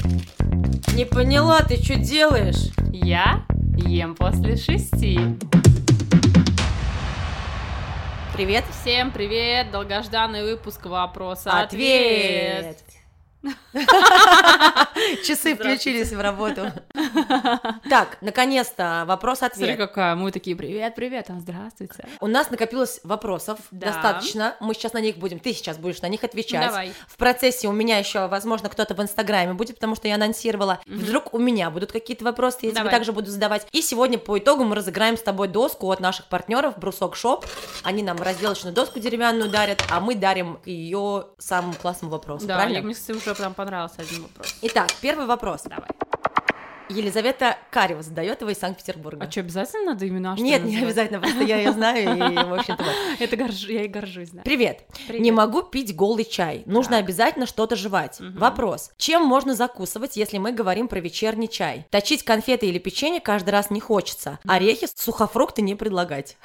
Не поняла, ты что делаешь? Я ем после 6. Привет. Всем привет, долгожданный выпуск «Вопрос-ответ». Часы включились в работу. Так, наконец-то вопрос-ответ. Смотри, какая, мы такие, привет, здравствуйте. У нас накопилось вопросов достаточно, мы сейчас на них будем, ты сейчас будешь на них отвечать. Давай. В процессе у меня еще, возможно, кто-то в Инстаграме будет, потому что я анонсировала. Вдруг у меня будут какие-то вопросы, я тебе также буду задавать. И сегодня по итогу мы разыграем с тобой доску от наших партнеров Брусок Шоп. Они нам разделочную доску деревянную дарят, а мы дарим ее самым классным вопросом. Да, правильно? мне, кстати, уже прям понравился один вопрос. Итак, первый вопрос. Давай. Елизавета Карева задает его из Санкт-Петербурга. А что, обязательно надо имена, что ли, Нет, не называть? обязательно, просто я ее знаю, и, в общем-то, вот. Я и горжусь, да. Привет. Не могу пить голый чай. Нужно обязательно что-то жевать. Вопрос. Чем можно закусывать, если мы говорим про вечерний чай? Точить конфеты или печенье каждый раз не хочется. Орехи, сухофрукты не предлагать.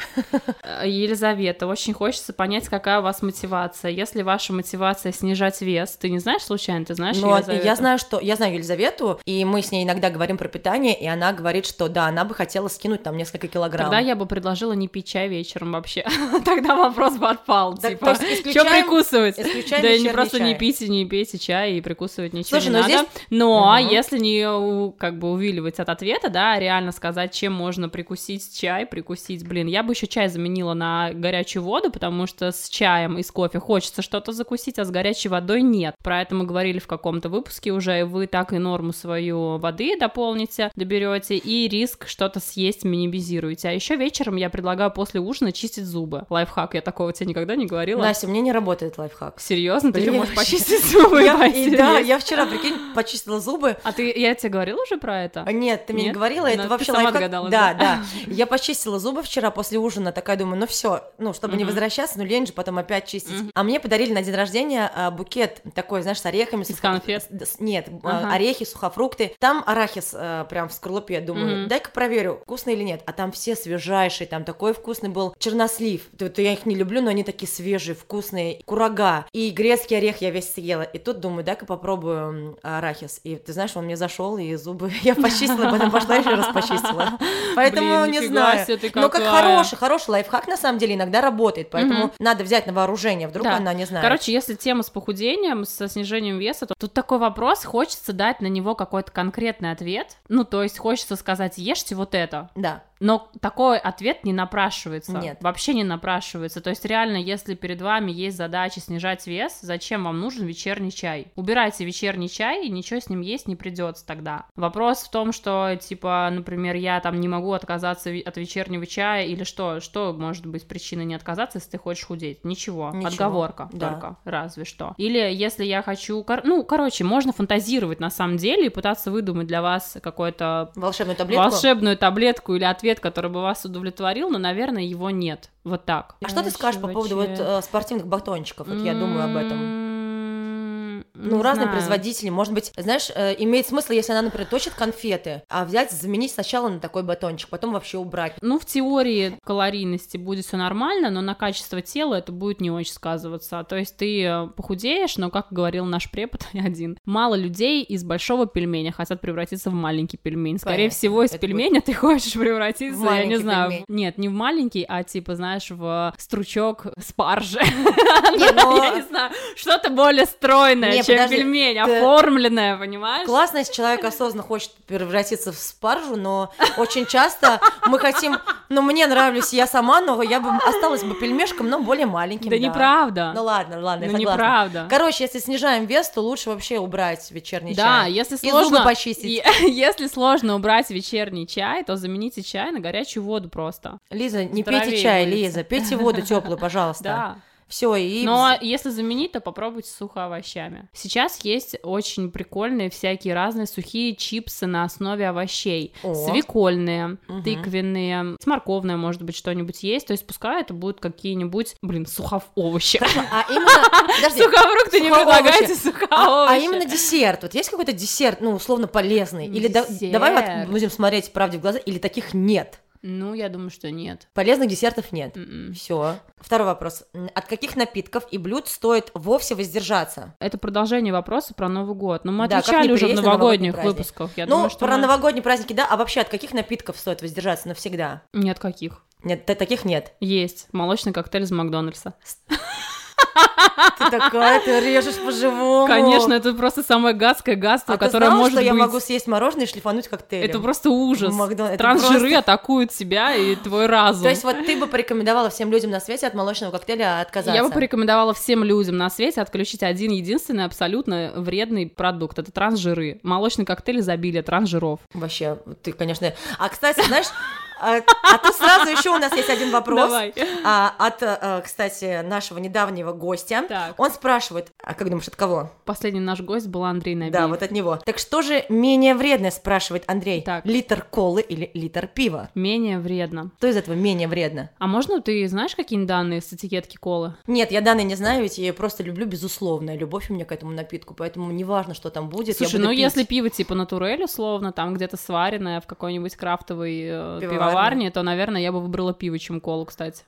Елизавета, очень хочется понять, какая у вас мотивация. Если ваша мотивация снижать вес, ты не знаешь случайно, ты знаешь Елизавету? Я знаю Елизавету, и мы с ней иногда говорим про питание, и она говорит, что да, она бы хотела скинуть там несколько килограмм. Тогда я бы предложила не пить чай вечером вообще. Тогда вопрос бы отпал. Так, типа, что прикусывать? Исключаем Да не просто чай. не пейте чай и прикусывать ничего Слушай, не надо. здесь... Но если не как бы увиливать от ответа, да, реально сказать, чем можно прикусить чай, я бы еще чай заменила на горячую воду, потому что с чаем и с кофе хочется что-то закусить, а с горячей водой нет. Про это мы говорили в каком-то выпуске уже, и вы так и норму свою воды дополните, доберете, и риск что-то съесть минимизируете. А еще вечером я предлагаю после ужина чистить зубы. Лайфхак, я такого тебе никогда не говорила. Настя, мне не работает лайфхак. Серьезно? Ты Блин, можешь почистить зубы? Да, я вчера, прикинь, почистила зубы. А я тебе говорила уже про это? Нет, ты мне не говорила, Но это ты вообще сама лайфхак. догадалась, Да. Я почистила зубы вчера после ужина, такая думаю, ну все, чтобы не возвращаться, ну лень же потом опять чистить. А мне подарили на день рождения букет такой, знаешь, с орехами. Из конфет? Нет, орехи, сухофрукты. Там арахис прям в скорлупе, думаю, дай-ка проверю, вкусный или нет. А там все свежайшие, там такой вкусный был чернослив. Я их не люблю, но они такие свежие, вкусные. Курага и грецкий орех я весь съела. И тут думаю, дай-ка попробую арахис. И ты знаешь, он мне зашел, и зубы я почистила, потом пошла еще раз почистила. Поэтому не знаю. Ну как хороший лайфхак на самом деле иногда работает, поэтому надо взять на вооружение, вдруг она не знает. Короче, если тема с похудением, со снижением веса, то тут такой вопрос, хочется дать на него какой-то конкретный ответ, ну то есть хочется сказать, ешьте вот это. Да. Но такой ответ не напрашивается. Нет. Вообще не напрашивается. То есть реально, если перед вами есть задача снижать вес, зачем вам нужен вечерний чай? Убирайте вечерний чай, и ничего с ним есть не придется тогда. Вопрос в том, что, типа, например, я там не могу отказаться от вечернего чая, или что может быть причиной не отказаться, если ты хочешь худеть? Ничего. Отговорка только, разве что. Или если я хочу... можно фантазировать на самом деле и пытаться выдумать для вас какую-то... волшебную таблетку или ответ, который бы вас удовлетворил, но, наверное, его нет. Вот так. А что ты скажешь по поводу спортивных батончиков? Вот я думаю об этом. Разные производители, может быть, знаешь, имеет смысл, если она, например, точит конфеты, а заменить сначала на такой батончик, потом вообще убрать. В теории калорийности будет все нормально, но на качество тела это будет не очень сказываться. То есть ты похудеешь, но, как говорил наш препод один, мало людей из большого пельменя хотят превратиться в маленький пельмень. Скорее всего, из пельменя ты хочешь превратиться, я не знаю, нет, не в маленький, а типа, знаешь, в стручок спаржи. Я не знаю, что-то более стройное, чем пельмень, оформленная, понимаешь? Классно, если человек осознанно хочет превратиться в спаржу, но очень часто мы хотим, мне нравлюсь я сама, но я бы осталась бы пельмешком, но более маленьким. Да неправда. Ну ладно, я согласна. Неправда. Короче, если снижаем вес, то лучше вообще убрать вечерний чай. Да, если сложно... И зубы почистить. Если сложно убрать вечерний чай, то замените чай на горячую воду просто. Лиза, не пейте чай, Лиза, пейте воду теплую, пожалуйста. Да. Все, и... Но если заменить, то попробуйте с сухоовощами. Сейчас есть очень прикольные всякие разные сухие чипсы на основе овощей. Свекольные, тыквенные, с морковной, может быть, что-нибудь есть. То есть пускай это будут какие-нибудь, сухоовощи. А именно... Сухофрукты не предлагайте, сухоовощи. А именно десерт. Вот есть какой-то десерт, условно полезный? Или давай будем смотреть правде в глаза, или таких нет? Ну, я думаю, что нет. Полезных десертов нет. М-м. Все. Второй вопрос. От каких напитков и блюд стоит вовсе воздержаться? Это продолжение вопроса про Новый год. Но мы Да, как отвечали не уже в переесть на новогодний новогодних праздник. выпусках. Я Ну, думаю, что про мы- новогодние праздники, да, а вообще от каких напитков стоит воздержаться навсегда? Нет, каких? Нет, таких нет. Есть. Молочный коктейль из Макдональдса. Ты такая, ты режешь по-живому. Конечно, это просто самое гадское гадство, А ты которое знала, может что быть. я могу съесть мороженое и шлифануть коктейлем? Это просто ужас. Это Трансжиры просто- атакуют тебя и твой разум. То есть вот ты бы порекомендовала всем людям на свете от молочного коктейля отказаться? Я бы порекомендовала всем людям на свете отключить один единственный абсолютно вредный продукт. Это трансжиры. Молочный коктейль изобилия трансжиров. Вообще, ты, конечно... А, кстати, знаешь... А тут сразу еще у нас есть один вопрос. Давай. Кстати, нашего недавнего гостя. Так. Он спрашивает, а как думаешь, от кого? Последний наш гость был Андрей Набиев. Да, вот от него. Так что же менее вредное, спрашивает Андрей? Так. Литр колы или литр пива? Менее вредно. Что из этого менее вредно? А можно ты знаешь какие-нибудь данные с этикетки колы? Нет, я данные не знаю, ведь я просто люблю безусловная любовь у меня к этому напитку, поэтому неважно, что там будет, Слушай, я буду ну пить. если пиво типа натурель условно, там где-то сваренное в какой-нибудь крафтовой пивоварне, то, наверное, я бы выбрала пиво, чем колу, кстати.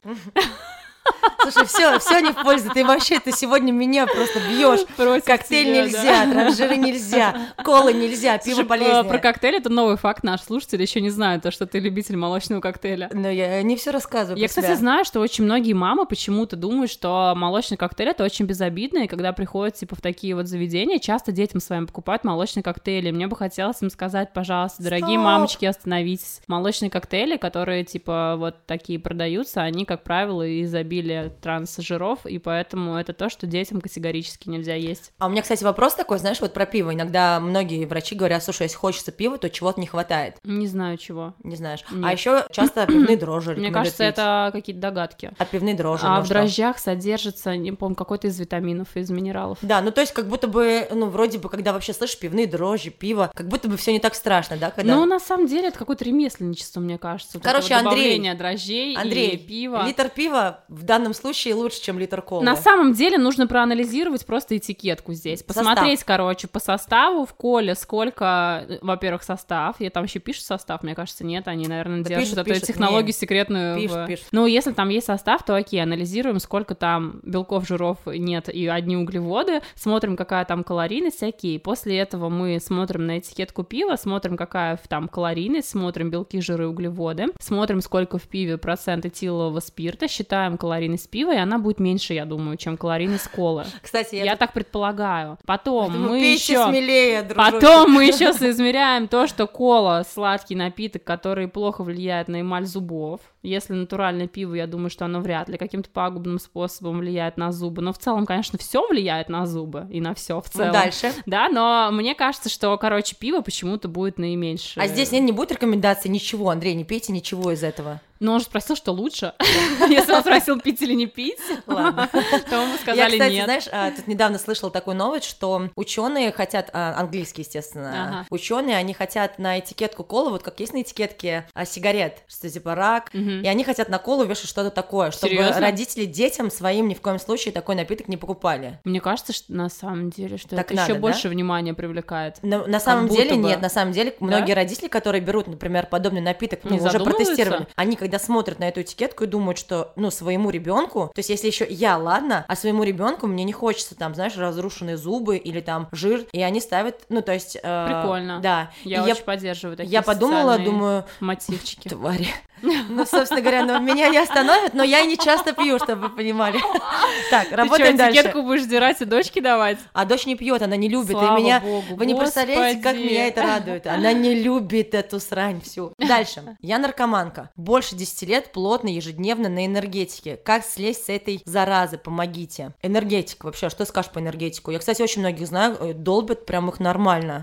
Слушай, все не в пользу. Ты вообще, ты сегодня меня просто бьешь. Против Коктейль тебя, нельзя, трансжиры нельзя, колы нельзя, пиво Слушай, полезнее. про коктейль это новый факт, наш слушатель еще не знает, то, что ты любитель молочного коктейля. Но я не все рассказываю. Я, про кстати, себя. знаю, что очень многие мамы почему-то думают, что молочный коктейль это очень безобидно, и когда приходят типа в такие вот заведения, часто детям своим покупают молочные коктейли. Мне бы хотелось им сказать, пожалуйста, дорогие Стоп! мамочки, остановитесь. Молочные коктейли, которые типа вот такие продаются, они, как правило, изобилие трансжиров, и поэтому это то, что детям категорически нельзя есть. А у меня, кстати, вопрос такой, знаешь, вот про пиво. Иногда многие врачи говорят, слушай, если хочется пива, то чего-то не хватает. Не знаю чего. Не знаешь. Нет. А еще часто пивные дрожжи Мне рекомендуют кажется, пить. это какие-то догадки. А пивные дрожжи, А ну в что? дрожжах содержится, не помню, какой-то из витаминов, из минералов. Да, ну то есть как будто бы, ну вроде бы, когда вообще слышишь пивные дрожжи, пиво, как будто бы все не так страшно, да? Когда... Ну, на самом деле, это какое-то ремесленничество, мне кажется. Вот Короче, это вот Андрей, добавление дрожжей Андрей, и пива. литр пива в данном случае лучше, чем литр колы. На самом деле нужно проанализировать просто этикетку здесь. Посмотреть, короче, по составу в коле, сколько, во-первых, состав. Я там еще пишут состав, мне кажется, нет, они, наверное, Да держат эту пишут, технологию не. секретную. Пишут. Ну, если там есть состав, то окей, анализируем, сколько там белков, жиров нет и одни углеводы, смотрим, какая там калорийность, окей. После этого мы смотрим на этикетку пива, смотрим, какая там калорийность, смотрим белки, жиры, углеводы, смотрим, сколько в пиве процент этилового спирта, считаем калорийность пива, и она будет меньше, я думаю, чем калорийность колы. Кстати, Я так предполагаю. Потом Поэтому мы пейте еще... смелее, дружочек. Потом мы еще соизмеряем то, что кола сладкий напиток, который плохо влияет на эмаль зубов. Если натуральное пиво, я думаю, что оно вряд ли каким-то пагубным способом влияет на зубы. Но в целом, конечно, все влияет на зубы и на все в целом. Ну, дальше. Да, но мне кажется, что, короче, пиво почему-то будет наименьше. А здесь не будет рекомендации ничего, Андрей, не пейте ничего из этого. Но он же спросил, что лучше. Если он спросил, пить или не пить, Ладно. то мы Я, сказали кстати, нет. знаешь, тут недавно слышала такую новость, что ученые хотят, английский, естественно, Ага. ученые, они хотят на этикетку колы, вот как есть на этикетке сигарет, что типа рак, и они хотят на колу вешать что-то такое, чтобы Серьезно? родители детям своим ни в коем случае такой напиток не покупали. Мне кажется, что на самом деле, что Так это надо, еще да? больше внимания привлекает. Но на самом будто деле бы. нет, на самом деле многие родители, которые берут, например, подобный напиток, Не уже задумываются? протестировали, они когда смотрят на эту этикетку и думают, что, ну, своему ребенку, то есть если еще я, ладно, а своему ребенку мне не хочется там, знаешь, разрушенные зубы или там жир, и они ставят, ну, то есть... Прикольно. Да. Я И очень поддерживаю такие я подумала, социальные думаю, мотивчики. твари. Ну, собственно говоря, меня не остановят, но я и не часто пью, чтобы вы понимали. Так, работаем Ты что, дальше. этикетку будешь сдирать и дочке давать? А дочь не пьет, она не любит. Слава и меня... богу, Вы не представляете, как господи. меня это радует. Она не любит эту срань всю. Дальше. Я наркоманка. Больше 10 лет плотно, ежедневно на энергетике. Как слезть с этой заразы? Помогите. Энергетика вообще. Что скажешь по энергетику? Я, кстати, очень многих знаю, долбят прям их нормально.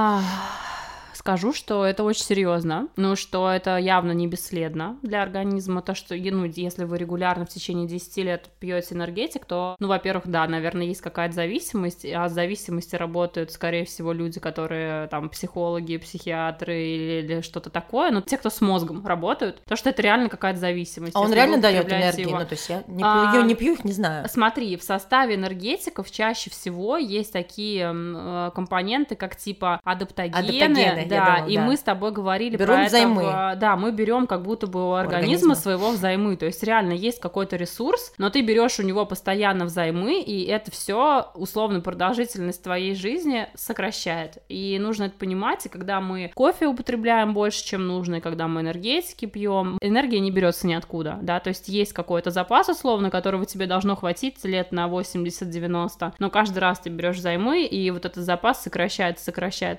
Скажу, что это очень серьезно, ну, что это явно не бесследно для организма, то, что, ну, если вы регулярно в течение 10 лет пьете энергетик, то, ну, во-первых, да, наверное, есть какая-то зависимость, а с зависимости работают, скорее всего, люди, которые, там, психологи, психиатры или что-то такое, но те, кто с мозгом работают, то, что это реально какая-то зависимость. А он Если реально вы дает употребляете энергию? его. Ну, то есть я не пью их, не знаю. Смотри, в составе энергетиков чаще всего есть такие компоненты, как типа адаптогены, Да, и мы с тобой говорили берем про взаймы. это. Да, мы берем как будто бы у организма своего взаймы. То есть реально есть какой-то ресурс, но ты берешь у него постоянно взаймы, и это все условно продолжительность твоей жизни сокращает. И нужно это понимать, и когда мы кофе употребляем больше, чем нужно, и когда мы энергетики пьем, энергия не берется ниоткуда, да, то есть есть какой-то запас условно, которого тебе должно хватить лет на 80-90, но каждый раз ты берешь взаймы, и вот этот запас сокращается.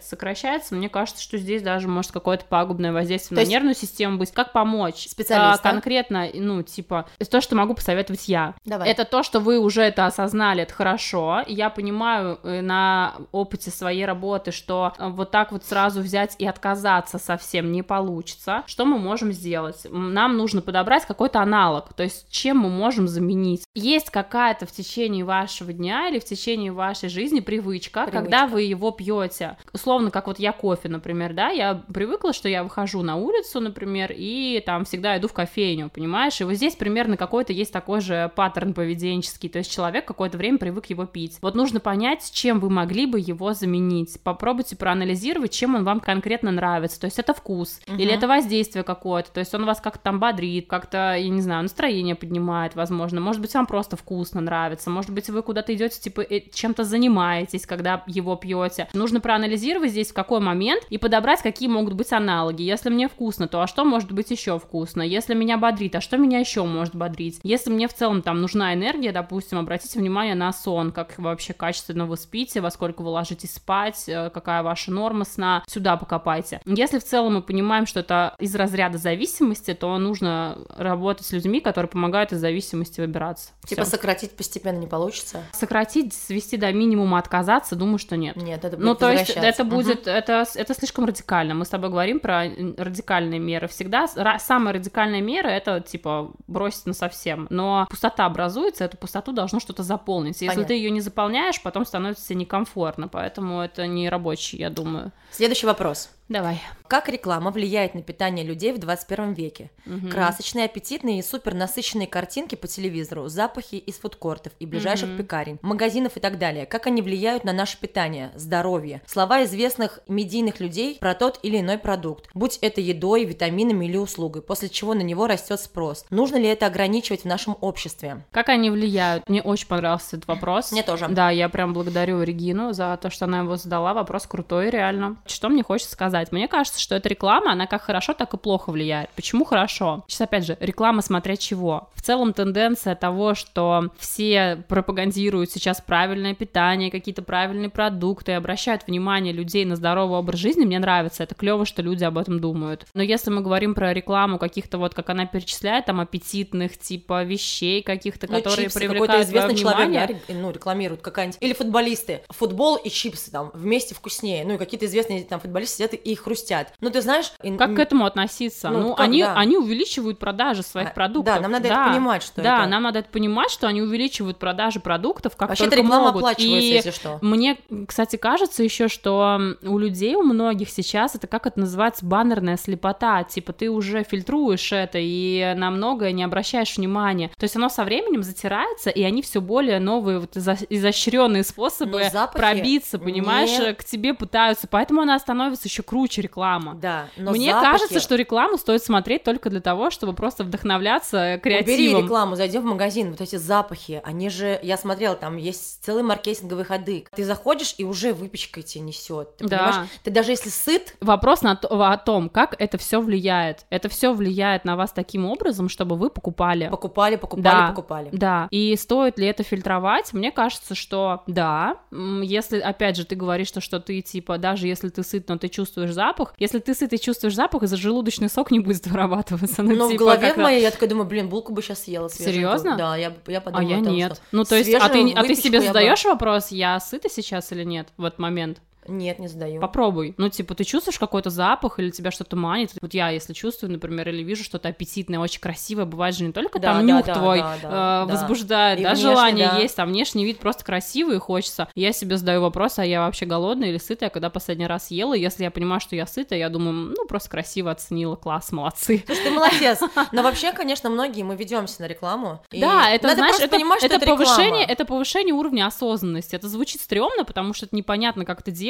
Мне кажется, что здесь даже может какое-то пагубное воздействие на нервную систему быть. Как помочь? Специалист, конкретно, ну, типа, то, что могу посоветовать я. Давай. Это то, что вы уже это осознали, это хорошо. Я понимаю на опыте своей работы, что вот так вот сразу взять и отказаться совсем не получится. Что мы можем сделать? Нам нужно подобрать какой-то аналог, то есть чем мы можем заменить. Есть какая-то в течение вашего дня или в течение вашей жизни привычка. Когда вы его пьете. Условно, как вот я кофе, например, да, я привыкла, что я выхожу на улицу, например, и там всегда иду в кофейню, понимаешь? И вот здесь примерно какой-то есть такой же паттерн поведенческий, то есть человек какое-то время привык его пить. Вот нужно понять, чем вы могли бы его заменить. Попробуйте проанализировать, чем он вам конкретно нравится. То есть это вкус, или это воздействие какое-то, то есть он вас как-то там бодрит, как-то, я не знаю, настроение поднимает, возможно. Может быть, вам просто вкусно нравится, может быть, вы куда-то идете, типа, чем-то занимаетесь, когда его пьете. Нужно проанализировать здесь в какой момент и подобрать, какие могут быть аналоги. Если мне вкусно, то а что может быть еще вкусно? Если меня бодрит, а что меня еще может бодрить? Если мне в целом там нужна энергия, допустим, обратите внимание на сон, как вообще качественно вы спите, во сколько вы ложитесь спать, какая ваша норма сна, сюда покопайте. Если в целом мы понимаем, что это из разряда зависимости, то нужно работать с людьми, которые помогают из зависимости выбираться. Типа сократить постепенно не получится? Сократить, свести до минимума, отказаться, думаю, что нет. Нет, это будет ну, то есть это будет, это слишком радикально. Мы с тобой говорим про радикальные меры. Всегда самая радикальная мера — это, типа, бросить насовсем. Но пустота образуется, эту пустоту должно что-то заполнить. Если ты ее не заполняешь, потом становится себе некомфортно. Поэтому это не рабочий, я думаю. Следующий вопрос. Давай. Как реклама влияет на питание людей в 21 веке? Красочные, аппетитные и супернасыщенные картинки по телевизору, запахи из фудкортов и ближайших пекарен, магазинов и так далее. Как они влияют на наше питание, здоровье? Слова известных медийных людей про тот или иной продукт, будь это едой, витаминами или услугой, после чего на него растет спрос. Нужно ли это ограничивать в нашем обществе? Как они влияют? Мне очень понравился этот вопрос. Мне тоже. Да, я прям благодарю Регину за то, что она его задала. Вопрос крутой, реально. Что мне хочется сказать? Мне кажется, что эта реклама, она как хорошо, так и плохо влияет. Почему хорошо? Сейчас, опять же, реклама смотря чего. В целом тенденция того, что все пропагандируют сейчас правильное питание, какие-то правильные продукты, обращают внимание людей на здоровый образ жизни, мне нравится. Это клево, что люди об этом думают. Но если мы говорим про рекламу каких-то вот, как она перечисляет, там, аппетитных, типа, вещей каких-то, которые чипсы, привлекают твое внимание. Человек, да, рекламирует какая-нибудь. Или футболисты. Футбол и чипсы там вместе вкуснее. Ну, и какие-то известные там футболисты сидят и хрустят. Ну, ты знаешь... Как к этому относиться? Ну, они увеличивают продажи своих продуктов. Да, нам надо это понимать, что да, нам надо это понимать, что они увеличивают продажи продуктов, как вообще-то только реклама могут. оплачивается, И если что. Мне, кстати, кажется еще, что у людей, у многих сейчас, это как это называется, баннерная слепота. Типа ты уже фильтруешь это и на многое не обращаешь внимания. То есть оно со временем затирается, и они все более новые, вот изощренные способы пробиться, понимаешь, к тебе пытаются. Поэтому она становится еще круче, реклама. Да, но мне кажется, что рекламу стоит смотреть только для того, чтобы просто вдохновляться креативом. Убери рекламу, зайдем в магазин, вот эти запахи, они же, я смотрела, там есть целые маркетинговые ходы. Ты заходишь, и уже выпечка тебе несет. Ты понимаешь? Ты даже если сыт... Вопрос о том, как это все влияет. Это все влияет на вас таким образом, чтобы вы покупали. Покупали. Да. И стоит ли это фильтровать? Мне кажется, что да. Если, опять же, ты говоришь, что ты, типа, даже если ты сыт, но ты чувствуешь запах, если ты сыт и чувствуешь запах, из-за желудочный сок не будет вырабатываться. Но типа, в голове моей я такая думаю, булку бы сейчас съела свежую. Серьезно? Да, я подумала. А я нет. Что ну, то есть, а ты себе задаешь вопрос, я сыта сейчас или нет в этот момент? Нет, не задаю. Попробуй. Ну, типа, ты чувствуешь какой-то запах, или тебя что-то манит? Вот я, если чувствую, например, или вижу что-то аппетитное, очень красивое, бывает же не только там нюх твой возбуждает, да, желание есть, там внешний вид просто красивый и хочется. Я себе задаю вопрос, а я вообще голодная или сытая, когда последний раз ела? Если я понимаю, что я сытая, я думаю, ну, просто красиво оценила, класс, молодцы. Слушай, ты молодец. Но вообще, конечно, многие мы ведемся на рекламу. Да, это, знаешь, это повышение уровня осознанности. Это звучит стрёмно, потому что это непонятно, как это делать.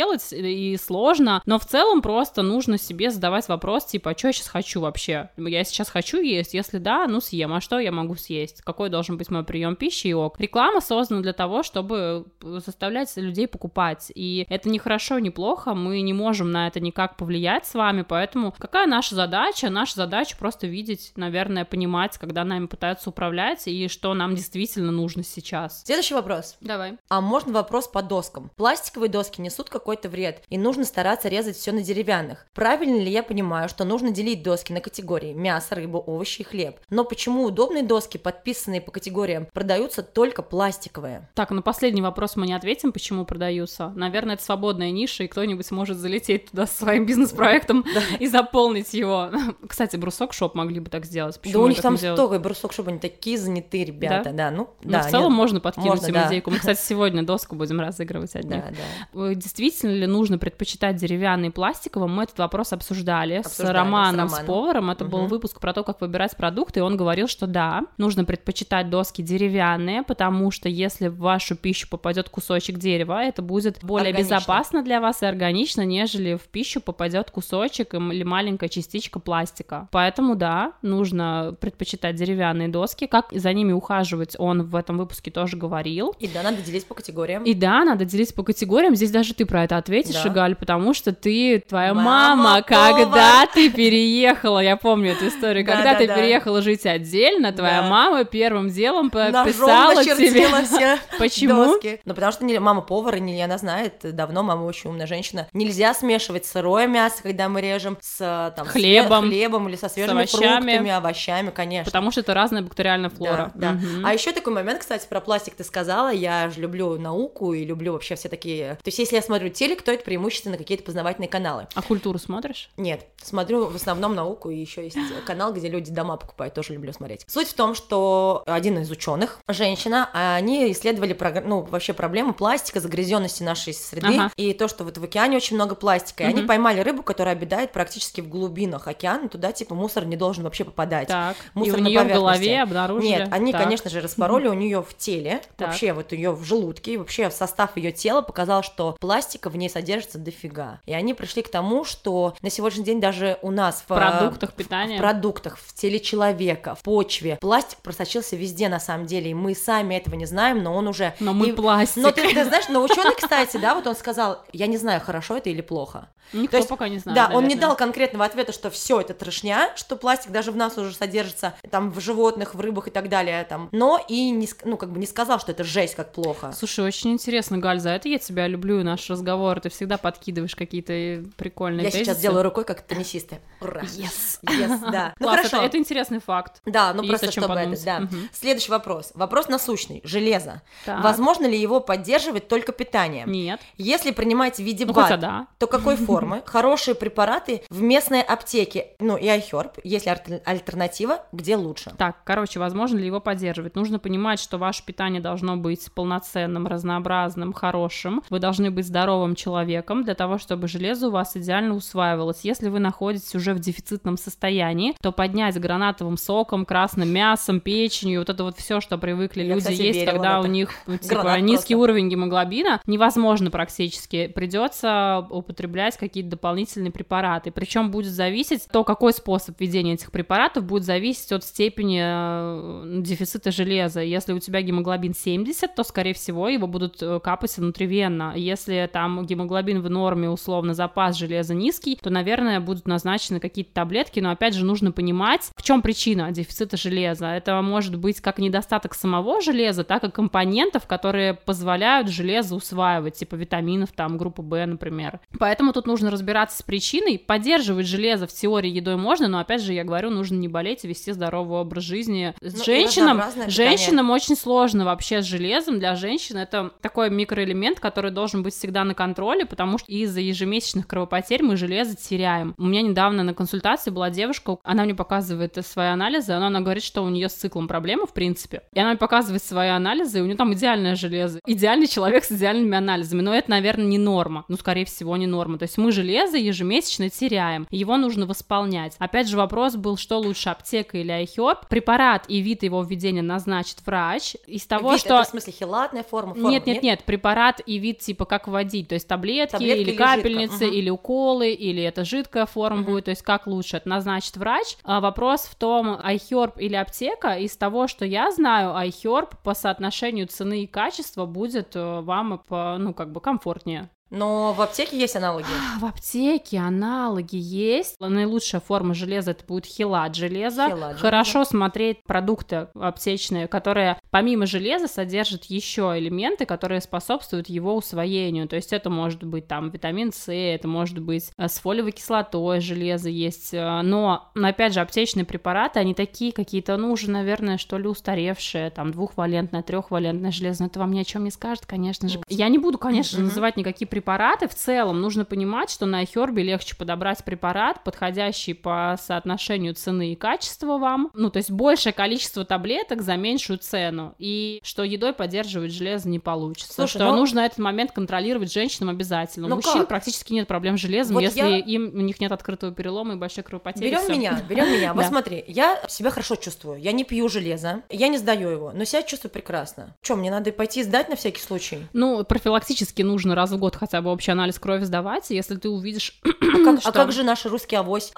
делать, и сложно, но в целом просто нужно себе задавать вопрос, типа, а что я сейчас хочу вообще? Я сейчас хочу есть? Если да, ну съем. А что я могу съесть? Какой должен быть мой прием пищи и ок? Реклама создана для того, чтобы заставлять людей покупать, и это не хорошо, не плохо, мы не можем на это никак повлиять с вами, поэтому какая наша задача? Наша задача просто видеть, наверное, понимать, когда нами пытаются управлять, и что нам действительно нужно сейчас. Следующий вопрос. Давай. А можно вопрос по доскам? Пластиковые доски несут какой-то вред, и нужно стараться резать все на деревянных. Правильно ли я понимаю, что нужно делить доски на категории мясо, рыбу, овощи и хлеб? Но почему удобные доски, подписанные по категориям, продаются только пластиковые? Так, на последний вопрос мы не ответим, почему продаются. Наверное, это свободная ниша, и кто-нибудь может залететь туда со своим бизнес-проектом и заполнить его. Кстати, Брусок Шоп могли бы так сделать. Да у них там столько Брусок Шоп, они такие занятые ребята, да. Ну, в целом можно подкинуть им идейку. Мы, кстати, сегодня доску будем разыгрывать от них. Действительно ли нужно предпочитать деревянный и пластиковый? Мы этот вопрос обсуждали с Романом, с поваром. Это был выпуск про то, как выбирать продукты, и он говорил, что да, нужно предпочитать доски деревянные, потому что если в вашу пищу попадет кусочек дерева, это будет более безопасно для вас и органично, нежели в пищу попадет кусочек или маленькая частичка пластика. Поэтому да, нужно предпочитать деревянные доски. Как за ними ухаживать, он в этом выпуске тоже говорил. И да, надо делить по категориям. И да, надо делить по категориям. Здесь даже ты про это ответишь, Галь, потому что твоя мама, когда ты переехала, я помню эту историю, когда ты переехала жить отдельно, твоя мама первым делом писала тебе. Почему? Ну, потому что мама повар, и она знает давно, мама очень умная женщина. Нельзя смешивать сырое мясо, когда мы режем с хлебом или со свежими фруктами, овощами, конечно. Потому что это разная бактериальная флора. Да. А еще такой момент, кстати, про пластик ты сказала, я же люблю науку и люблю вообще все такие... То есть, если я смотрю телек, то это преимущественно какие-то познавательные каналы. А культуру смотришь? Нет, смотрю в основном науку, и еще есть канал, где люди дома покупают, тоже люблю смотреть. Суть в том, что один из ученых, женщина, они исследовали вообще проблему пластика, загрязненности нашей среды, и то, что вот в океане очень много пластика, и они поймали рыбу, которая обитает практически в глубинах океана, туда типа мусор не должен вообще попадать. Так. Мусор и у нее в голове обнаружили. Нет, они, конечно же, распороли у нее в теле, вообще вот ее в желудке, вообще в состав ее тела показал, что пластика в ней содержится дофига. И они пришли к тому, что на сегодняшний день даже у нас в продуктах питания, в продуктах, в теле человека, в почве пластик просочился везде на самом деле, и мы сами этого не знаем, но он уже... Но мы пластик. Но ты знаешь, но ученый, кстати, да, вот он сказал, я не знаю, хорошо это или плохо. Никто пока не знает. Да, он не дал конкретного ответа, что все это трешня, что пластик даже в нас уже содержится, там, в животных, в рыбах и так далее, там, но и не сказал, что это жесть, как плохо. Слушай, очень интересно, Галь, за это я тебя люблю, наш разговор, ты всегда подкидываешь какие-то прикольные тезисы. Я сейчас делаю рукой, как теннисисты. Ура! Yes, да. Ну хорошо. Это интересный факт. Да, просто чтобы это, да. Следующий вопрос. Вопрос насущный. Железо. Возможно ли его поддерживать только питанием? Нет. Если принимать в виде БАД, то какой формы? Хорошие препараты в местной аптеке, и iHerb, если альтернатива, где лучше? Так, возможно ли его поддерживать? Нужно понимать, что ваше питание должно быть полноценным, разнообразным, хорошим. Вы должны быть здоровым человеком для того, чтобы железо у вас идеально усваивалось. Если вы находитесь уже в дефицитном состоянии, то поднять гранатовым соком, красным мясом, печенью, вот это вот все, что привыкли люди есть, когда у них низкий уровень гемоглобина, невозможно практически. Придется употреблять какие-то дополнительные препараты. Причем будет зависеть, какой способ введения этих препаратов будет зависеть от степени дефицита железа. Если у тебя гемоглобин 70, то, скорее всего, его будут капать внутривенно. Если там гемоглобин в норме, условно, запас железа низкий, то, наверное, будут назначены какие-то таблетки, но, опять же, нужно понимать, в чем причина дефицита железа. Это может быть как недостаток самого железа, так и компонентов, которые позволяют железо усваивать, типа витаминов, там, группы В, например. Поэтому тут нужно разбираться с причиной. Поддерживать железо в теории едой можно, но, опять же, я говорю, нужно не болеть и вести здоровый образ жизни. Женщинам очень сложно вообще с железом. Для женщин это такой микроэлемент, который должен быть всегда на контроле, потому что из-за ежемесячных кровопотерь мы железо теряем. У меня недавно на консультации была девушка, она мне показывает свои анализы, она говорит, что у нее с циклом проблемы, в принципе, и она мне показывает свои анализы, и у нее там идеальное железо, идеальный человек с идеальными анализами, но это, наверное, не норма, скорее всего, не норма, то есть мы железо ежемесячно теряем, его нужно восполнять. Опять же, вопрос был, что лучше, аптека или iHerb. Препарат и вид его введения назначит врач. Из того, вид, это в смысле хелатная форма? Нет, препарат и вид, типа, как вводить, то есть таблетки или капельницы, или уколы, или это жидкая форма будет, то есть как лучше, это назначит врач. Вопрос в том, iHerb или аптека, из того, что я знаю, iHerb по соотношению цены и качества будет вам, ну, как бы комфортнее. Но в аптеке есть аналоги? В аптеке аналоги есть. Наилучшая форма железа — это будет хелат железа. Хорошо смотреть продукты аптечные, которые помимо железа содержат еще элементы, которые способствуют его усвоению. То есть это может быть там витамин С, это может быть с фолиевой кислотой железо есть. Но опять же, аптечные препараты, они такие какие-то, ну, уже, наверное, что ли, устаревшие, там, 2-валентное, 3-валентное железо. Но это вам ни о чем не скажет, конечно же. Я не буду, конечно, называть никакие препараты. В целом нужно понимать, что на iHerb легче подобрать препарат, подходящий по соотношению цены и качества вам, ну, то есть большее количество таблеток за меньшую цену, и что едой поддерживать железо не получится. Слушай, что нужно этот момент контролировать женщинам обязательно. У мужчин практически нет проблем с железом, вот если у них нет открытого перелома и большой кровопотери. Берем меня. Вот смотри, я себя хорошо чувствую, я не пью железо, я не сдаю его, но себя чувствую прекрасно. Что, мне надо пойти сдать на всякий случай? Ну, профилактически нужно раз в год хотя бы общий анализ крови сдавать, если ты увидишь... А как же наш русский авось?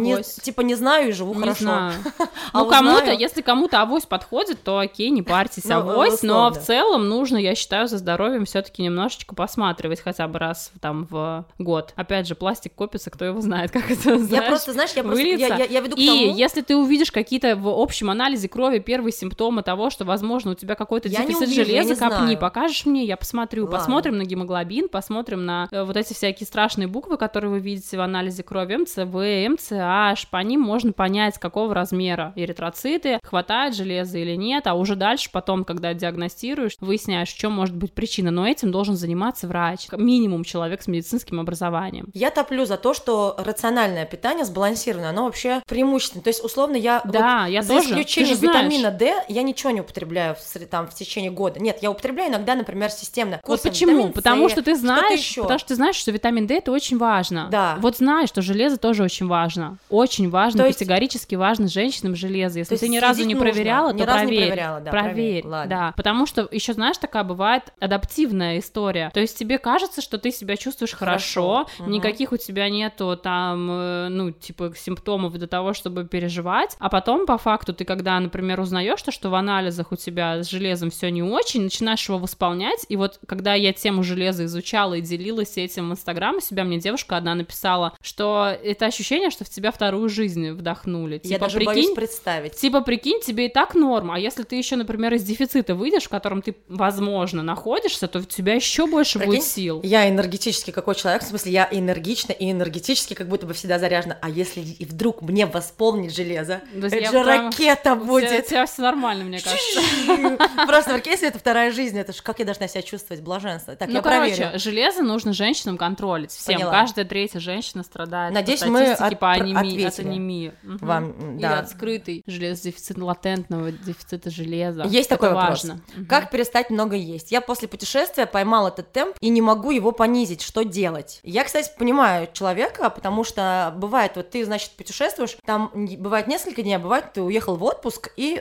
Не знаю и живу хорошо. Знаю. Ну, кому-то, если кому-то авось подходит, то окей, не парьтесь, авось, но в целом нужно, я считаю, за здоровьем все-таки немножечко посматривать хотя бы раз там в год. Опять же, пластик копится, кто его знает, как это, я веду к тому... И если ты увидишь какие-то в общем анализе крови первые симптомы того, что, возможно, у тебя какой-то дефицит железа, копни, покажешь мне, я посмотрю. Ладно. Посмотрим на гемоглобин, посмотрим на вот эти всякие страшные буквы, которые вы видите в анализе крови, МЦВ, МЦH, по ним можно понять, какого размера эритроциты, хватает железа или нет, а уже дальше потом, когда диагностируешь, выясняешь, в чем может быть причина, но этим должен заниматься врач, минимум человек с медицинским образованием. Я топлю за то, что рациональное питание сбалансированное, оно вообще преимущественно, то есть условно я за исключением витамина D я ничего не употребляю в течение года. Нет, я употребляю иногда, например, системно. Вот почему? Потому что ты знаешь, что витамин D это очень важно. Да. Вот знаешь, что железо тоже очень важно. Очень важно, категорически важно женщинам железо. Если ты ни разу не проверяла, то проверь. Да. Потому что еще, знаешь, такая бывает адаптивная история. То есть тебе кажется, что ты себя чувствуешь хорошо. Никаких у тебя нету там, симптомов для того, чтобы переживать. А потом, по факту, ты когда, например, узнаешь, что в анализах у тебя с железом все не очень, начинаешь его восполнять. И вот когда я тему железа изучала и делилась этим в Инстаграм у себя, мне девушка одна написала, что это ощущение, что в тебя вторую жизнь вдохнули. Я даже боюсь представить. Прикинь, тебе и так норма, а если ты еще, например, из дефицита выйдешь, в котором ты, возможно, находишься, то у тебя еще больше будет сил. Я энергетически какой человек, в смысле, я энергична и энергетически как будто бы всегда заряжена, а если и вдруг мне восполнить железо, это же ракета будет. У тебя все нормально, мне кажется. Просто, если это вторая жизнь, это же как я должна себя чувствовать, блаженство. Так, я проверю. Железо нужно женщинам контролить. Всем. Поняла. Каждая третья женщина страдает. Надеюсь, мы от анемии. Вам, или от скрытой железодефицита, латентного дефицита железа. Есть такой вопрос. Как перестать много есть? Я после путешествия поймал этот темп и не могу его понизить. Что делать? Я, кстати, понимаю человека, потому что бывает, вот ты, значит, путешествуешь, там бывает несколько дней, а бывает, ты уехал в отпуск и,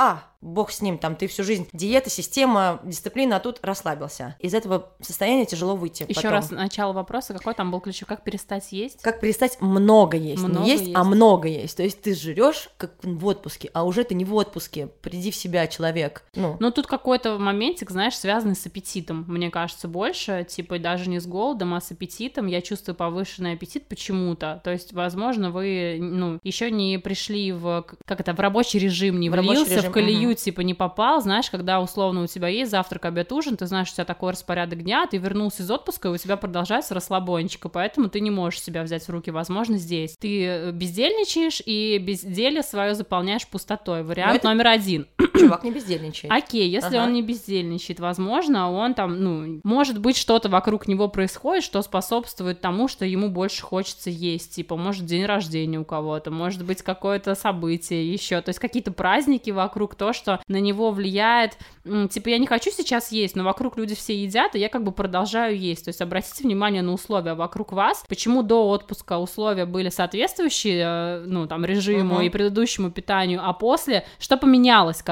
бог с ним, там ты всю жизнь диета, система, дисциплина, а тут расслабился. Из этого состояния тяжело выйти. Еще раз начало вопроса, какой там был ключ? Как перестать есть? Как перестать много есть. Не есть, а много есть. То есть ты жрешь как в отпуске, а уже ты не в отпуске. Приди в себя, человек. Ну тут какой-то моментик, знаешь, связанный с аппетитом, мне кажется, больше, даже не с голодом, а с аппетитом. Я чувствую повышенный аппетит почему-то. То есть, возможно, вы, еще не пришли в рабочий режим, не влился в колею, не попал, знаешь, когда условно у тебя есть завтрак, обед, ужин, ты знаешь, у тебя такой распорядок дня, ты вернулся из отпуска, и у тебя продолжается расслабончик, и поэтому ты не можешь себя взять в руки, возможно, здесь. Ты бездельничаешь, и безделье свое заполняешь пустотой. Вариант номер 1. Чувак не бездельничает. Окей, если он не бездельничает, возможно, он там, может быть, что-то вокруг него происходит, что способствует тому, что ему больше хочется есть, может, день рождения у кого-то, может быть, какое-то событие еще, то есть какие-то праздники вокруг, то, что на него влияет, я не хочу сейчас есть, но вокруг люди все едят, и я продолжаю есть, то есть обратите внимание на условия вокруг вас, почему до отпуска условия были соответствующие, режиму и предыдущему питанию, а после, что поменялось,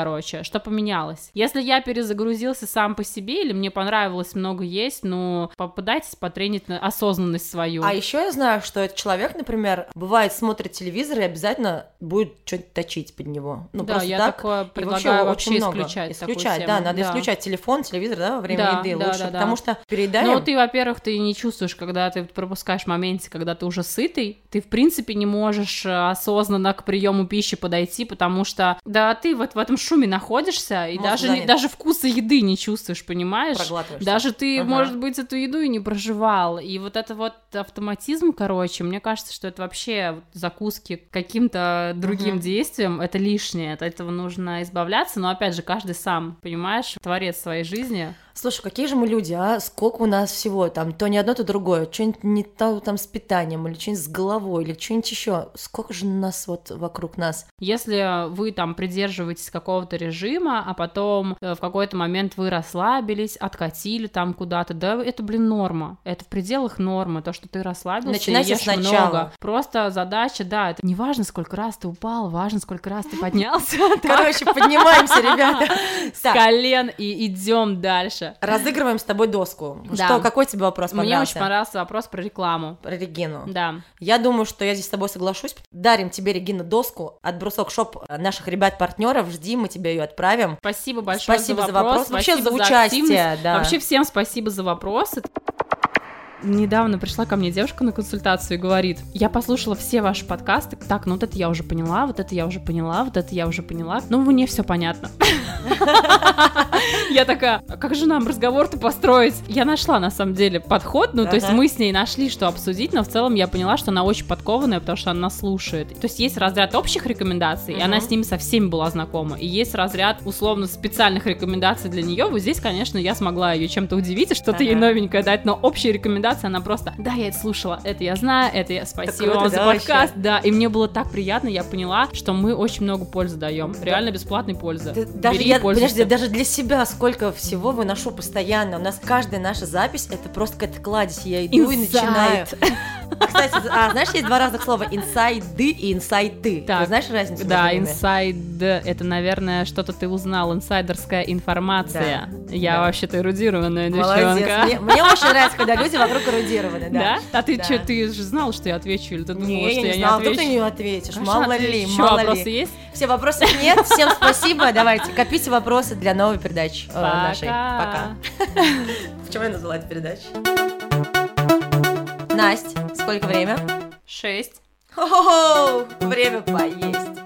короче, что поменялось. Если я перезагрузился сам по себе, или мне понравилось много есть, ну, попытайтесь потренить на осознанность свою. А еще я знаю, что этот человек, например, бывает смотрит телевизор и обязательно будет что-нибудь точить под него. Ну, да, просто я так. такое предлагаю вообще исключать такую тему. Да, надо исключать телефон, телевизор, да, во время еды лучше, потому что переедаем. Ну, ты, во-первых, ты не чувствуешь, когда ты пропускаешь моменте, когда ты уже сытый, ты, в принципе, не можешь осознанно к приему пищи подойти, потому что, да, ты вот в этом шуме находишься, и даже вкуса еды не чувствуешь, понимаешь? Проглатываешь. Даже ты, может быть, эту еду и не проживал. И вот это вот автоматизм, короче, мне кажется, что это вообще закуски к каким-то другим действиям, это лишнее, от этого нужно избавляться, но, опять же, каждый сам, понимаешь, творец своей жизни. Слушай, какие же мы люди, а? Сколько у нас всего там, то не одно, то другое, что-нибудь не то там с питанием, или что-нибудь с головой, или что-нибудь еще. Сколько же нас вот вокруг нас? Если вы там придерживаетесь какого-то режима, а потом в какой-то момент вы расслабились, откатили там куда-то, да, это, блин, норма. Это в пределах нормы, то, что ты расслабился. Начинайте и ешь сначала. много. Просто задача, да, это не важно, сколько раз ты упал, важно, сколько раз ты поднялся. Короче, поднимаемся, ребята. С колен и идем дальше. Разыгрываем с тобой доску. Да. Что, какой тебе вопрос понравился? Мне очень понравился вопрос про рекламу. Про Регину. Да. Я думаю, что я здесь с тобой соглашусь. Дарим тебе, Регина, доску от Брусок Шоп наших ребят-партнеров. Жди, мы тебе ее отправим. Спасибо большое за вопрос. Вообще спасибо за участие. Да. Вообще всем спасибо за вопросы. Недавно пришла ко мне девушка на консультацию и говорит: я послушала все ваши подкасты, так, ну вот это я уже поняла, вот это я уже поняла, вот это я уже поняла, ну мне все понятно. Я такая: а как же нам разговор-то построить? Я нашла, на самом деле, подход, ну то есть мы с ней нашли, что обсудить, но в целом я поняла, что она очень подкованная, потому что она нас слушает. То есть есть разряд общих рекомендаций, и она с ними со всеми была знакома, и есть разряд условно специальных рекомендаций для нее. Вот здесь, конечно, я смогла ее чем-то удивить и что-то ей новенькое дать, но общие рекомендации она просто: да, я это слушала, это я знаю, это я, спасибо вам за подкаст, да, и мне было так приятно, я поняла, что мы очень много пользы даем, реально бесплатной пользы. Подожди, даже для себя сколько всего выношу постоянно, у нас каждая наша запись это просто какая-то кладезь, я иду и начинаю. Кстати, знаешь, есть два разных слова: инсайды и инсайты. Ты знаешь разницу? Да, инсайд, это, наверное, что-то ты узнал, инсайдерская информация. Я вообще-то эрудированная девчонка. Мне очень нравится, когда люди вокруг эрудированы, да. А ты что, ты же знал, что я отвечу, или ты думала, что я не знала, отвечу? Ты не ответишь, мало ли, Еще вопросы есть? Все, вопросов нет, всем спасибо, давайте, копите вопросы для новой передачи нашей. Пока. Почему я назвала эту передачу? Настя, сколько время? 6. Хо-хо-хо, время поесть.